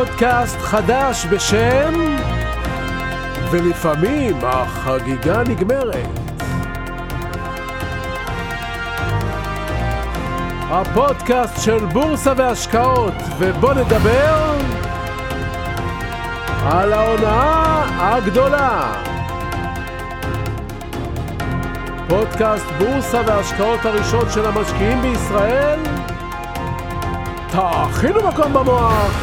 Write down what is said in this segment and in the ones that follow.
פודקאסט חדש בשם ולפעמים החגיגה נגמרת. הפודקאסט של בורסה והשקעות, ובוא נדבר על ההונאה הגדולה. פודקאסט בורסה והשקעות הראשון של המשקיעים בישראל. תאכינו מקום במוח,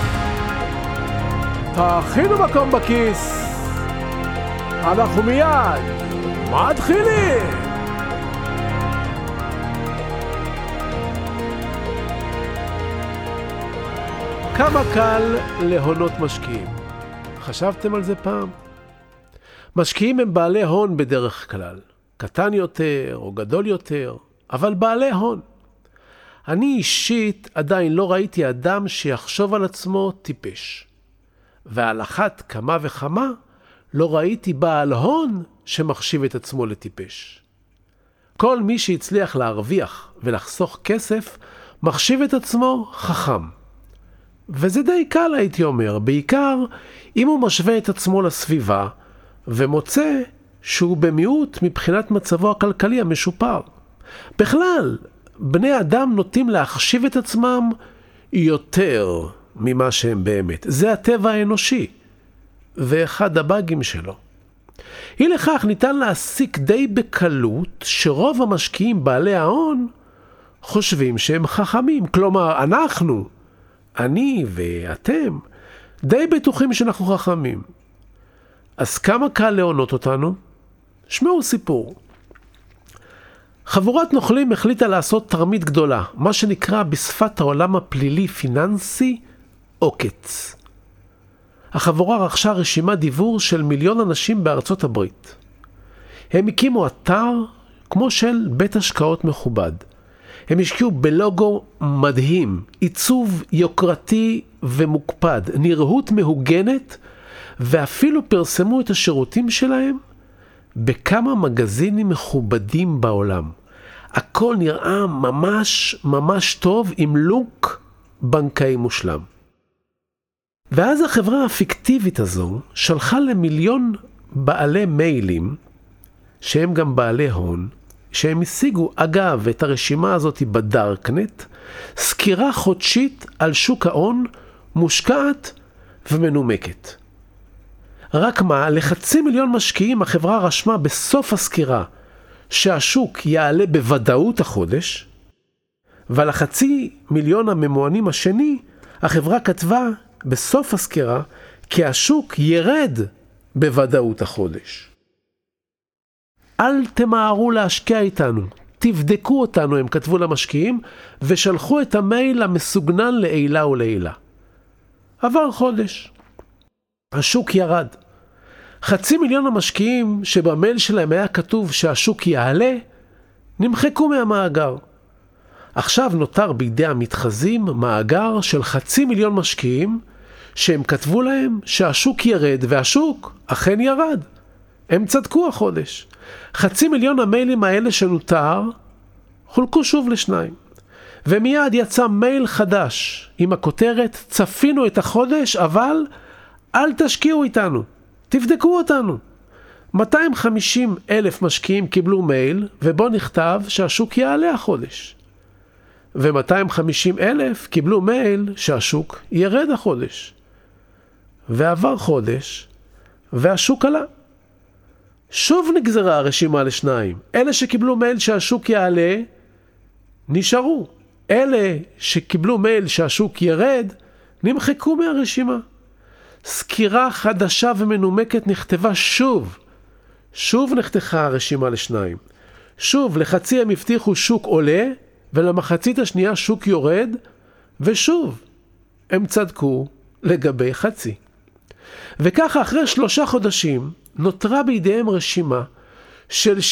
תאכינו מקום בכיס, אנחנו מיד מתחילים. כמה קל להונות משקיעים? חשבתם על זה פעם? משקיעים הם בעלי הון בדרך כלל, קטן יותר או גדול יותר, אבל בעלי הון. אני אישית עדיין לא ראיתי אדם שיחשוב על עצמו טיפש. ועל אחת כמה וכמה לא ראיתי בעל הון שמחשיב את עצמו לטיפש. כל מי שהצליח להרוויח ולחסוך כסף מחשיב את עצמו חכם. וזה די קל, הייתי אומר, בעיקר אם הוא משווה את עצמו לסביבה ומוצא שהוא במיעוט מבחינת מצבו הכלכלי המשופר. בכלל, בני אדם נוטים להחשיב את עצמם יותר ממה שהם באמת. זה הטבע האנושי, ואחד הבאגים שלו. אי לכך ניתן להסיק די בקלות שרוב המשקיעים בעלי ההון חושבים שהם חכמים. כלומר, אני ואתם, די בטוחים שאנחנו חכמים. אז כמה קל להונות אותנו? שמעו סיפור. חבורת נוכלים החליטה לעשות תרמית גדולה, מה שנקרא בשפת העולם הפלילי פיננסי עוקץ. החבורה רכשה רשימת דיוור של 1,000,000 אנשים בארצות הברית. הם הקימו אתר כמו של בית השקעות מכובד. הם השקיעו בלוגו מדהים, עיצוב יוקרתי ומוקפד, נראות מהוגנת, ואפילו פרסמו את השירותים שלהם בכמה מגזינים מכובדים בעולם. הכל נראה ממש טוב עם לוק בנקאי מושלם. ואז החברה הפיקטיבית הזו שלחה ל1,000,000 בעלי מיילים, שהם גם בעלי הון, שהם השיגו אגב את הרשימה הזאת בדארקנט, סקירה חודשית על שוק ההון מושקעת ומנומקת. רק מה, ל500,000 משקיעים החברה רשמה בסוף הסקירה שהשוק יעלה בוודאות החודש, ועל 500,000 הממוענים השני החברה כתבה בסוף הסקירה כי השוק ירד בוודאות החודש. אל תמהרו להשקיע איתנו, תבדקו אותנו, הם כתבו למשקיעים, ושלחו את המייל המסוגנן לעילה ולעילה. עבר חודש. השוק ירד. 500,000 המשקיעים שבמייל שלהם היה כתוב שהשוק יעלה, נמחקו מהמאגר. עכשיו נותר בידי המתחזים מאגר של 500,000 משקיעים, שהם כתבו להם שהשוק ירד, והשוק אכן ירד. הם צדקו החודש. 500,000 המיילים האלה שנותר, חולקו שוב לשניים. ומיד יצא מייל חדש עם הכותרת, צפינו את החודש, אבל אל תשקיעו איתנו, תבדקו אותנו. 250,000 משקיעים קיבלו מייל, ובו נכתב שהשוק יעלה החודש. ו250,000 קיבלו מייל שהשוק ירד החודש. ועבר חודש, והשוק עלה. שוב נגזרה הרשימה לשניים. אלה שקיבלו מייל שהשוק יעלה, נשארו. אלה שקיבלו מייל שהשוק ירד, נמחקו מהרשימה. סקירה חדשה ומנומקת נכתבה שוב. שוב נחתכה הרשימה לשניים. שוב לחצי הם הבטיחו שוק עולה, ולמחצית השנייה שוק יורד, ושוב הם צדקו לגבי חצי. וככה אחרי 3 חודשים נותרה בידיהם רשימה של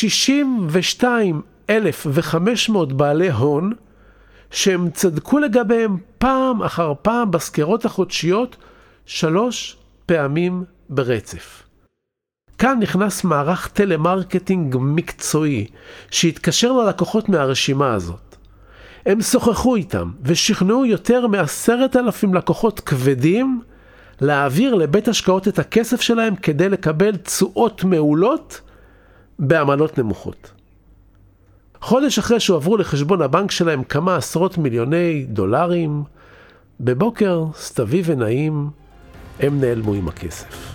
62,500 בעלי הון, שהם צדקו לגביהם פעם אחר פעם בסקירות החודשיות 3 פעמים ברצף. כאן נכנס מערך טלמרקטינג מקצועי שהתקשר ללקוחות מהרשימה הזאת. הם שוחחו איתם ושכנעו יותר מ10,000 לקוחות כבדים להעביר לבית השקעות את הכסף שלהם כדי לקבל תשואות מעולות בעמלות נמוכות. חודש אחרי שהועברו לחשבון הבנק שלהם כמה עשרות מיליוני דולרים, בבוקר סתווי ונעים הם נעלמו עם הכסף.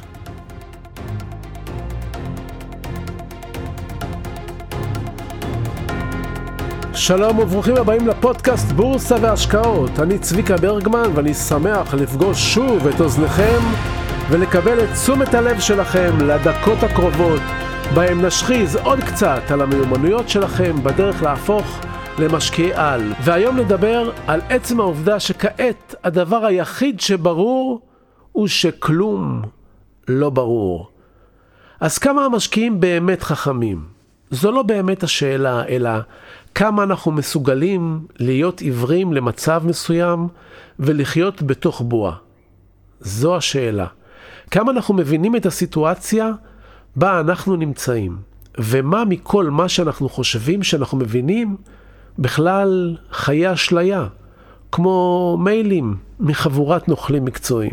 שלום וברוכים הבאים לפודקאסט בורסה והשקעות. אני צביקה ברגמן ואני שמח לפגוש שוב את אוזניכם ולקבל את תשומת הלב שלכם לדקות הקרובות בהם נשחיז עוד קצת על המיומנויות שלכם בדרך להפוך למשקיעי על. והיום נדבר על עצם העובדה שכעת הדבר היחיד שברור הוא שכלום לא ברור. אז כמה המשקיעים באמת חכמים? זו לא באמת השאלה, אלא כמה אנחנו מסוגלים להיות עיוורים למצב מסוים ולחיות בתוך בועה. זו השאלה. כמה אנחנו מבינים את הסיטואציה בה אנחנו נמצאים, ומה מכל מה שאנחנו חושבים שאנחנו מבינים בכלל חיי אשליה, כמו מיילים מחבורת נוכלים מקצועיים.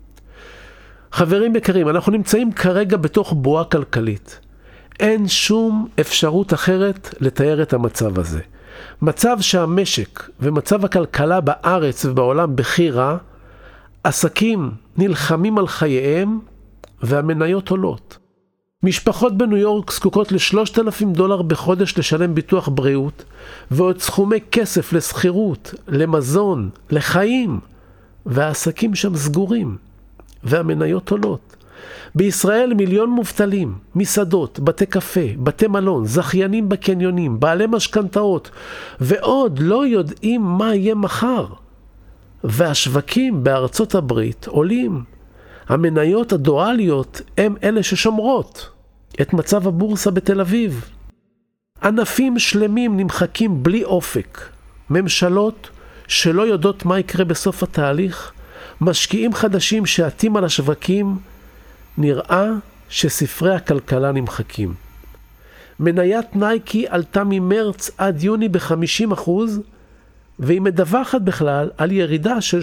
חברים יקרים, אנחנו נמצאים כרגע בתוך בועה כלכלית. אין שום אפשרות אחרת לתאר את המצב הזה. מצב שהמשק ומצב הכלכלה בארץ ובעולם בכי רע, עסקים נלחמים על חייהם והמניות עולות. משפחות בניו יורק זקוקות $3,000 בחודש לשלם ביטוח בריאות, ועוד סכומי כסף לסחירות, למזון, לחיים, והעסקים שם סגורים, והמניות עולות. בישראל 1,000,000 מובטלים, מסעדות, בתי קפה, בתי מלון, זכיינים בקניונים, בעלי משכנתאות, ועוד לא יודעים מה יהיה מחר. והשווקים בארצות הברית עולים. המניות הדואליות הם אלה ששומרות את מצב הבורסה בתל אביב. ענפים שלמים נמחקים בלי אופק. ממשלות שלא יודעות מה יקרה בסוף התהליך, משקיעים חדשים שעטים על השווקים, נראה שספרי הכלכלה נמחקים. מניית נייקי עלתה ממרץ עד יוני ב-50%, והיא מדווחת בכלל על ירידה של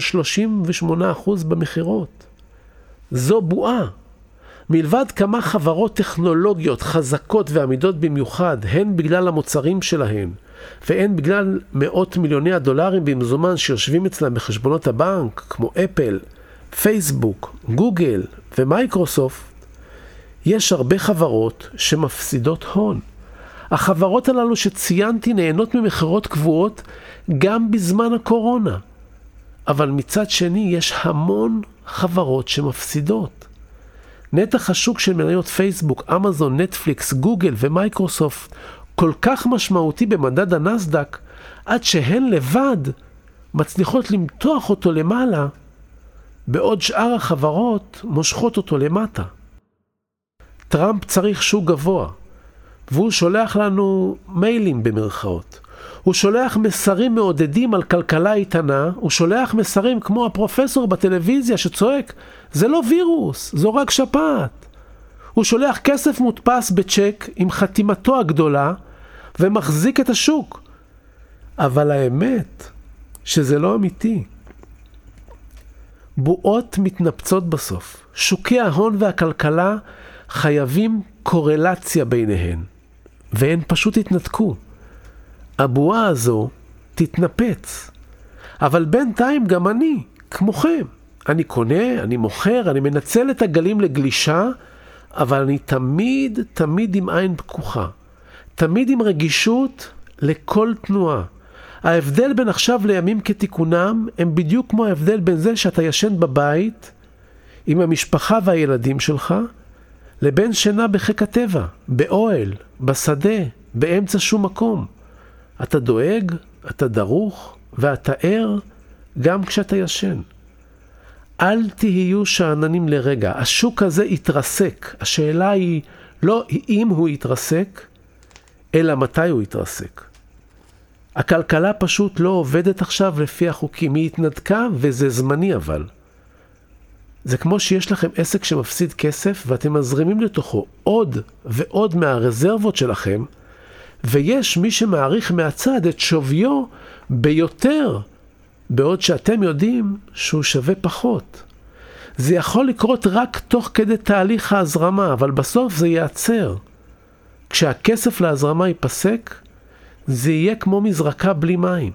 38% במחירות. זו בועה. מלבד כמה חברות טכנולוגיות חזקות ועמידות במיוחד, הן בגלל המוצרים שלהן, והן בגלל מאות מיליוני הדולרים במזומן שיושבים אצלם בחשבונות הבנק, כמו אפל, פייסבוק, גוגל ומייקרוסופט, יש הרבה חברות שמפסידות הון. החברות הללו שציינתי נהנות ממחירות קבועות גם בזמן הקורונה. אבל מצד שני יש המון חברות שמפסידות. נתח השוק של מניות פייסבוק, אמזון, נטפליקס, גוגל ומייקרוסופט כל כך משמעותי במדד הנסדק, עד שהן לבד מצליחות למתוח אותו למעלה, בעוד שאר החברות מושכות אותו למטה. טראמפ צריך שוק גבוה, והוא שולח לנו מיילים במרכאות. הוא שולח מסרים מעודדים על כלכלה איתנה, הוא שולח מסרים כמו הפרופסור בטלוויזיה שצועק, זה לא וירוס, זו רק שפעת. הוא שולח כסף מודפס בצ'ק עם חתימתו הגדולה, ומחזיק את השוק. אבל האמת שזה לא אמיתי. בועות מתנפצות בסוף. שוקי ההון והכלכלה חייבים קורלציה ביניהן, והן פשוט התנתקו. הבועה הזו תתנפץ. אבל בינתיים גם אני, כמוכם. אני קונה, אני מוכר, אני מנצל את הגלים לגלישה, אבל אני תמיד עם עין פקוחה. תמיד עם רגישות לכל תנועה. ההבדל בין עכשיו לימים כתיקונם, הם בדיוק כמו ההבדל בין זה שאתה ישן בבית, עם המשפחה והילדים שלך, לבין שינה בחיק הטבע, באוהל, בשדה, באמצע שום מקום. אתה דואג, אתה דרוך, ואתה ער גם כשאתה ישן. אל תהיו שעננים לרגע. השוק הזה יתרסק. השאלה היא לא אם הוא יתרסק, אלא מתי הוא יתרסק. הכלכלה פשוט לא עובדת עכשיו לפי החוקים. היא התנתקה וזה זמני אבל. זה כמו שיש לכם עסק שמפסיד כסף ואתם מזרימים לתוכו עוד ועוד מהרזרבות שלכם, ויש מי שמעריך מהצד את שוויו ביותר, בעוד שאתם יודעים שהוא שווה פחות. זה יכול לקרות רק תוך כדי תהליך ההזרמה, אבל בסוף זה ייעצר. כשהכסף להזרמה ייפסק, זה יהיה כמו מזרקה בלי מים.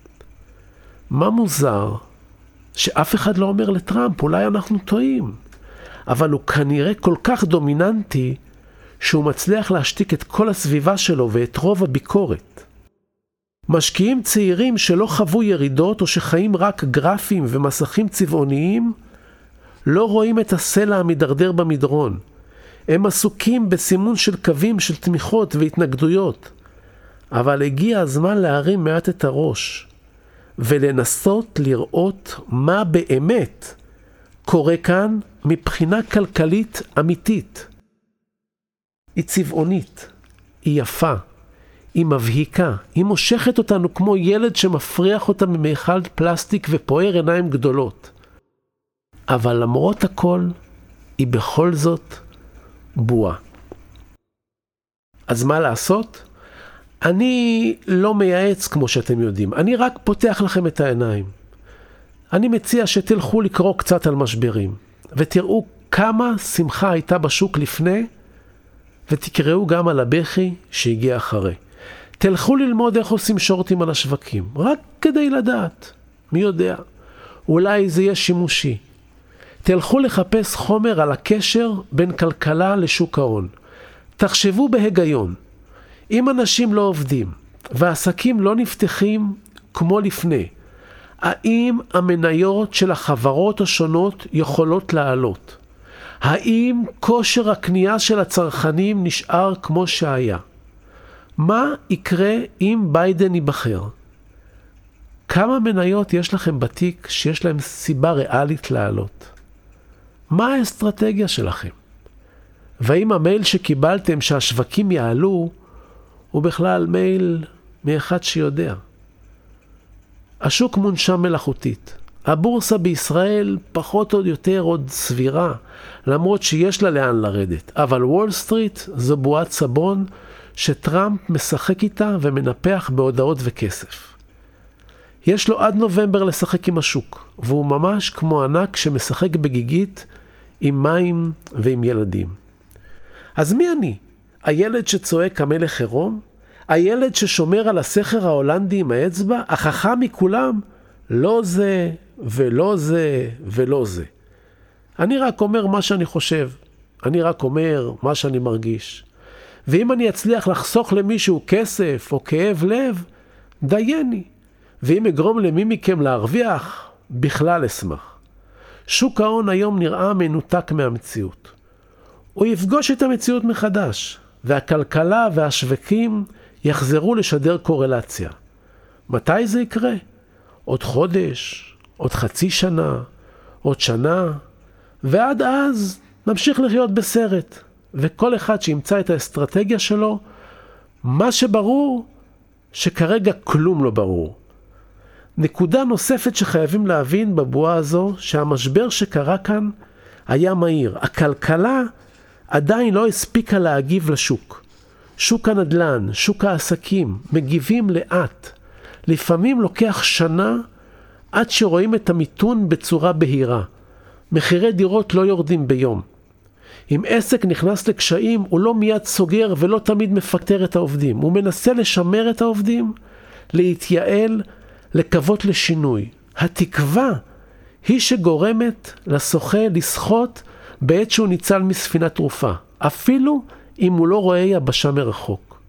מה מוזר? שאף אחד לא אומר לטראמפ, אולי אנחנו טועים. אבל הוא כנראה כל כך דומיננטי, שהוא מצליח להשתיק את כל הסביבה שלו ואת רוב הביקורת. משקיעים צעירים שלא חוו ירידות או שחיים רק גרפים ומסכים צבעוניים, לא רואים את הסלע המדרדר במדרון. הם עסוקים בסימון של קווים של תמיכות והתנגדויות. אבל הגיע הזמן להרים מעט את הראש, ולנסות לראות מה באמת קורה כאן מבחינה כלכלית אמיתית. היא צבעונית, היא יפה, היא מבהיקה, היא מושכת אותנו כמו ילד שמפריח אותה ממיכל פלסטיק ופוער עיניים גדולות. אבל למרות הכל, היא בכל זאת בועה. אז מה לעשות? אני לא מייעץ כמו שאתם יודעים, אני רק פותח לכם את העיניים. אני מציע שתלכו לקרוא קצת על משברים, ותראו כמה שמחה הייתה בשוק לפני, ותקראו גם על הבכי שהגיע אחרי. תלכו ללמוד איך עושים שורטים על השווקים, רק כדי לדעת, מי יודע, אולי זה יהיה שימושי. תלכו לחפש חומר על הקשר בין כלכלה לשוק ההון. תחשבו בהיגיון. אם אנשים לא עובדים והעסקים לא נפתחים כמו לפני, האם המניות של החברות השונות יכולות לעלות? האם כושר הקנייה של הצרכנים נשאר כמו שהיה? מה יקרה אם ביידן ייבחר? כמה מניות יש לכם בתיק שיש להם סיבה ריאלית לעלות? מה האסטרטגיה שלכם? והאם המייל שקיבלתם שהשווקים יעלו, הוא בכלל מייל מאחד שיודע? השוק מונשם מלאכותית. הבורסה בישראל פחות או יותר עוד סבירה, למרות שיש לה לאן לרדת. אבל וול סטריט זו בועת סבון שטראמפ משחק איתה ומנפח בהודעות וכסף. יש לו עד נובמבר לשחק עם השוק, והוא ממש כמו ענק שמשחק בגיגית עם מים ועם ילדים. אז מי אני? הילד שצועק המלך עירום? הילד ששומר על הסכר ההולנדי עם האצבע? החכם מכולם? לא זה ולא זה ולא זה. אני רק אומר מה שאני חושב. אני רק אומר מה שאני מרגיש. ואם אני אצליח לחסוך למישהו כסף או כאב לב, דייני. ואם אגרום למי מכם להרוויח, בכלל אשמח. שוק ההון היום נראה מנותק מהמציאות. הוא יפגוש את המציאות מחדש, והכלכלה והשווקים יחזרו לשדר קורלציה. מתי זה יקרה? עוד חודש, עוד חצי שנה, עוד שנה, ועד אז נמשיך לחיות בסרט. וכל אחד שימצא את האסטרטגיה שלו, מה שברור, שכרגע כלום לא ברור. נקודה נוספת שחייבים להבין בבועה הזו, שהמשבר שקרה כאן היה מהיר. הכלכלה עדיין לא הספיקה להגיב לשוק. שוק הנדל"ן, שוק העסקים, מגיבים לאט. לפעמים לוקח שנה עד שרואים את המיתון בצורה בהירה. מחירי דירות לא יורדים ביום. אם עסק נכנס לקשיים, הוא לא מיד סוגר ולא תמיד מפטר את העובדים. הוא מנסה לשמר את העובדים, להתייעל, לקוות לשינוי. התקווה היא שגורמת לסוחר לשחות בעת שהוא ניצל מספינת תרופה, אפילו אם הוא לא רואה יבשה מרחוק.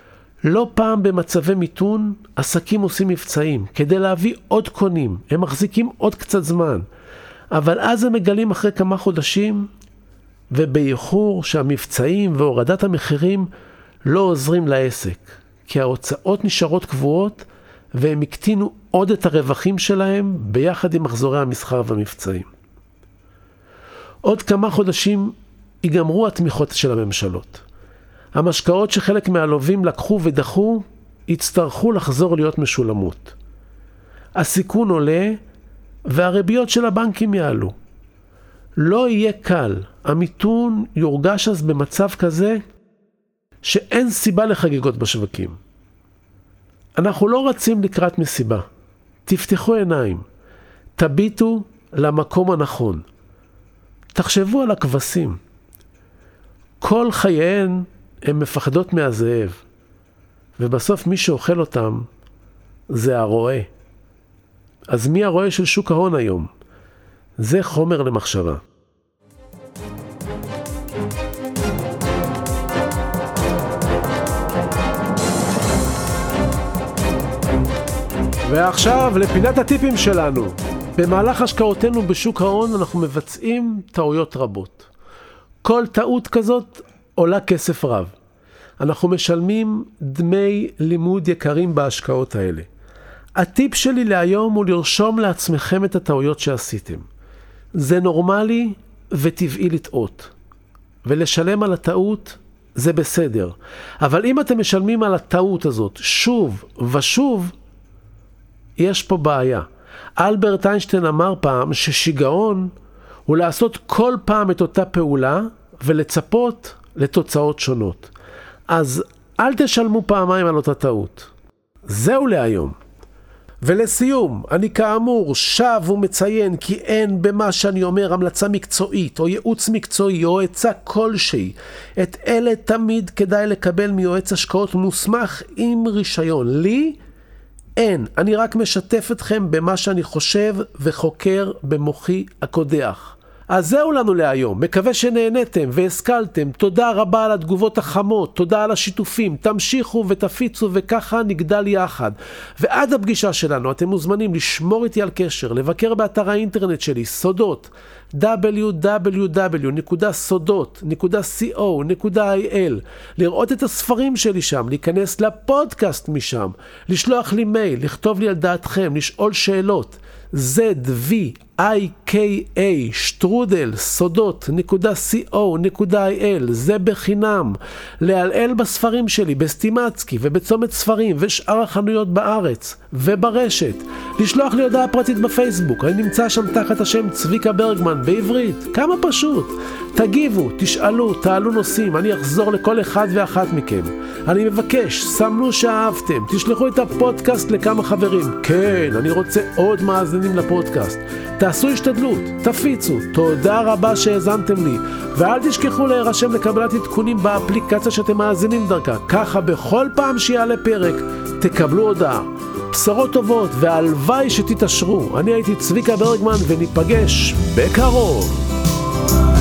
לא פעם במצבי מיתון, עסקים עושים מבצעים כדי להביא עוד קונים, הם מחזיקים עוד קצת זמן, אבל אז הם מגלים אחרי כמה חודשים, ובאיחור שהמבצעים והורדת המחירים לא עוזרים לעסק, כי ההוצאות נשארות קבועות, והם הקטינו עוד את הרווחים שלהם ביחד עם מחזורי המסחר והמבצעים. עוד כמה חודשים ייגמרו התמיכות של הממשלות. המשקאות שחלק מהלווים לקחו ודחו, יצטרכו לחזור להיות משולמות. הסיכון עולה, והריביות של הבנקים יעלו. לא יהיה קל, המיתון יורגש אז במצב כזה, שאין סיבה לחגיגות בשווקים. אנחנו לא רצים לקראת מסיבה. תפתחו עיניים. תביטו למקום הנכון. תחשבו על הכבשים. כל חייהן הן מפחדות מהזאב, ובסוף מי שאוכל אותם זה הרועה. אז מי הרועה של שוק ההון היום? זה חומר למחשבה. ועכשיו לפינת הטיפים שלנו. במהלך השקעותינו בשוק ההון אנחנו מבצעים טעויות רבות. כל טעות כזאת עולה כסף רב. אנחנו משלמים דמי לימוד יקרים בהשקעות האלה. הטיפ שלי להיום הוא לרשום לעצמכם את הטעויות שעשיתם. זה נורמלי וטבעי לטעות. ולשלם על הטעות זה בסדר. אבל אם אתם משלמים על הטעות הזאת שוב ושוב, יש פה בעיה. אלברט איינשטיין אמר פעם ששיגעון הוא לעשות כל פעם את אותה פעולה ולצפות לתוצאות שונות. אז אל תשלמו פעמיים על אותה טעות. זהו להיום. ולסיום, אני כאמור שב ומציין כי אין במה שאני אומר המלצה מקצועית או ייעוץ מקצועי או עצה כלשהי. את אלה תמיד כדאי לקבל מיועץ השקעות מוסמך עם רישיון. לי אין, אני רק משתף אתכם במה שאני חושב וחוקר במוחי הקודח. אז זהו לנו להיום, מקווה שנהנתם והשכלתם, תודה רבה על התגובות החמות, תודה על השיתופים, תמשיכו ותפיצו וככה נגדל יחד. ועד הפגישה שלנו אתם מוזמנים לשמור איתי על קשר, לבקר באתר האינטרנט שלי, סודות, www.sodot.co.il, לראות את הספרים שלי שם, להיכנס לפודקאסט משם, לשלוח לי מייל, לכתוב לי על דעתכם, לשאול שאלות. zvika@sodot.co.il, זה בחינם. להעלעל בספרים שלי בסטימצקי ובצומת ספרים ושאר החנויות בארץ וברשת. לשלוח לי הודעה פרטית בפייסבוק, אני נמצא שם תחת השם צביקה ברגמן בעברית. כמה פשוט. תגיבו, תשאלו, תעלו נושאים, אני אחזור לכל אחד ואחת מכם. אני מבקש, סמנו שאהבתם, תשלחו את הפודקאסט לכמה חברים. כן, אני רוצה עוד מאזינים לפודקאסט. תעשו השתדלות, תפיצו. תודה רבה שהאזנתם לי. ואל תשכחו להירשם לקבלת עדכונים באפליקציה שאתם מאזינים דרכה. ככה בכל פעם שיעלה פרק, תקבלו הודעה. בשורות טובות והלוואי שתתעשרו. אני הייתי צביקה ברגמן וניפגש בקרוב.